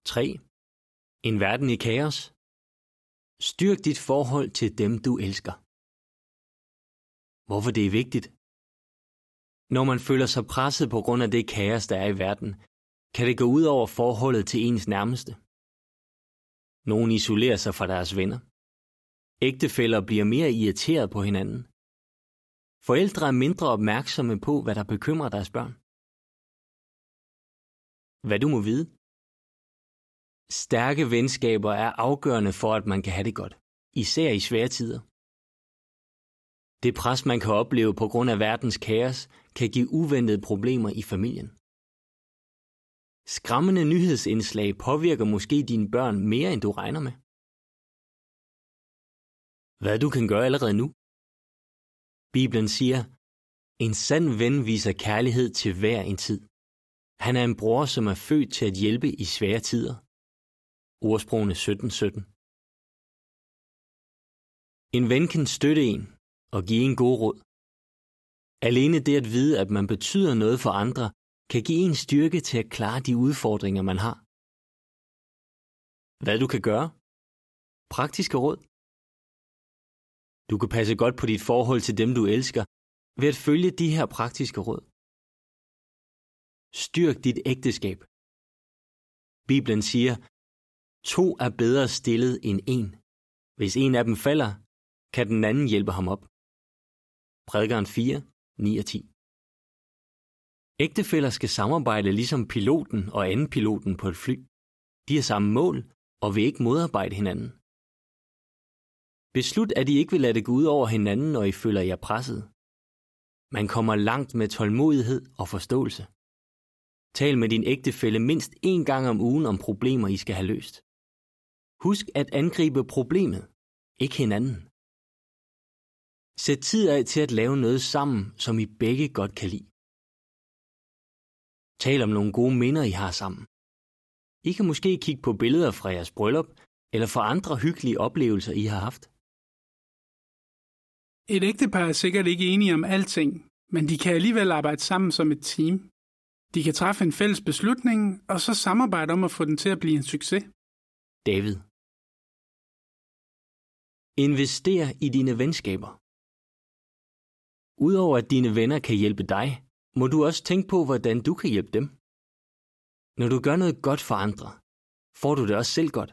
3. En verden i kaos. Styrk dit forhold til dem, du elsker. Hvorfor det er vigtigt? Når man føler sig presset på grund af det kaos, der er i verden, kan det gå ud over forholdet til ens nærmeste. Nogle isolerer sig fra deres venner. Ægtefæller bliver mere irriteret på hinanden. Forældre er mindre opmærksomme på, hvad der bekymrer deres børn. Hvad du må vide. Stærke venskaber er afgørende for, at man kan have det godt, især i svære tider. Det pres, man kan opleve på grund af verdens kaos, kan give uventede problemer i familien. Skræmmende nyhedsindslag påvirker måske dine børn mere, end du regner med. Hvad du kan gøre allerede nu? Bibelen siger, en sand ven viser kærlighed til hver en tid. Han er en bror, som er født til at hjælpe i svære tider. Ordsprogene 17:17. En ven kan støtte en og give en god råd. Alene det at vide, at man betyder noget for andre, kan give en styrke til at klare de udfordringer, man har. Hvad du kan gøre? Praktiske råd. Du kan passe godt på dit forhold til dem, du elsker, ved at følge de her praktiske råd. Styrk dit ægteskab. Bibelen siger, 2 er bedre stillet end 1. Hvis en af dem falder, kan den anden hjælpe ham op. Prædikeren 4:9-10. Ægtefæller skal samarbejde ligesom piloten og anden piloten på et fly. De har samme mål og vil ikke modarbejde hinanden. Beslut, at I ikke vil lade det gå ud over hinanden, når I føler jer presset. Man kommer langt med tålmodighed og forståelse. Tal med din ægtefælle mindst 1 gang om ugen om problemer, I skal have løst. Husk at angribe problemet, ikke hinanden. Sæt tid af til at lave noget sammen, som I begge godt kan lide. Tal om nogle gode minder, I har sammen. I kan måske kigge på billeder fra jeres bryllup, eller fra andre hyggelige oplevelser, I har haft. Et ægtepar er sikkert ikke enige om alting, men de kan alligevel arbejde sammen som et team. De kan træffe en fælles beslutning, og så samarbejde om at få den til at blive en succes. David. Invester i dine venskaber. Udover at dine venner kan hjælpe dig, må du også tænke på, hvordan du kan hjælpe dem. Når du gør noget godt for andre, får du det også selv godt.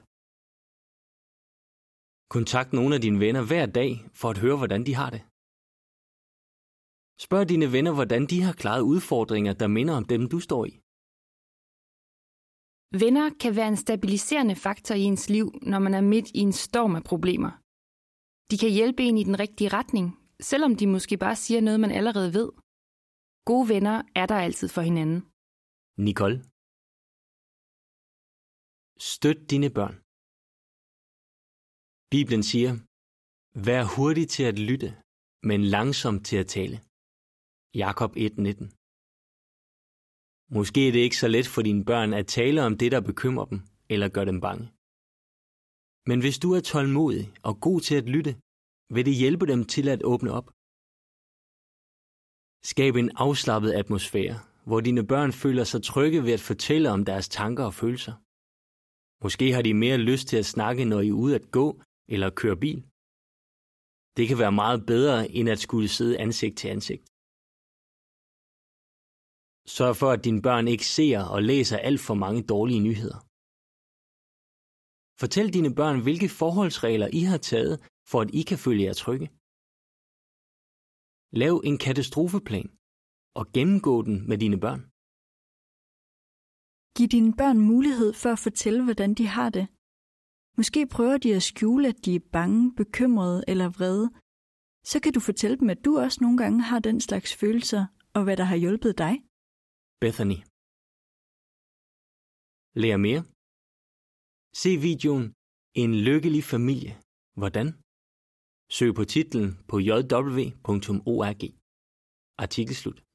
Kontakt nogle af dine venner hver dag for at høre, hvordan de har det. Spørg dine venner, hvordan de har klaret udfordringer, der minder om dem, du står i. Venner kan være en stabiliserende faktor i ens liv, når man er midt i en storm af problemer. De kan hjælpe en i den rigtige retning, selvom de måske bare siger noget, man allerede ved. Gode venner er der altid for hinanden. Nicole. Støt dine børn. Bibelen siger, vær hurtig til at lytte, men langsom til at tale. Jakob 1:19. Måske er det ikke så let for dine børn at tale om det, der bekymrer dem, eller gør dem bange. Men hvis du er tålmodig og god til at lytte, vil det hjælpe dem til at åbne op. Skab en afslappet atmosfære, hvor dine børn føler sig trygge ved at fortælle om deres tanker og følelser. Måske har de mere lyst til at snakke, når I er ude at gå eller køre bil. Det kan være meget bedre, end at skulle sidde ansigt til ansigt. Sørg for, at dine børn ikke ser og læser alt for mange dårlige nyheder. Fortæl dine børn, hvilke forholdsregler I har taget, for at I kan føle jer trygge. Lav en katastrofeplan og gennemgå den med dine børn. Giv dine børn mulighed for at fortælle, hvordan de har det. Måske prøver de at skjule, at de er bange, bekymrede eller vrede. Så kan du fortælle dem, at du også nogle gange har den slags følelser, og hvad der har hjulpet dig. Bethany. Lær mere. Se videoen En lykkelig familie. Hvordan? Søg på titlen på jw.org. Artikel slut.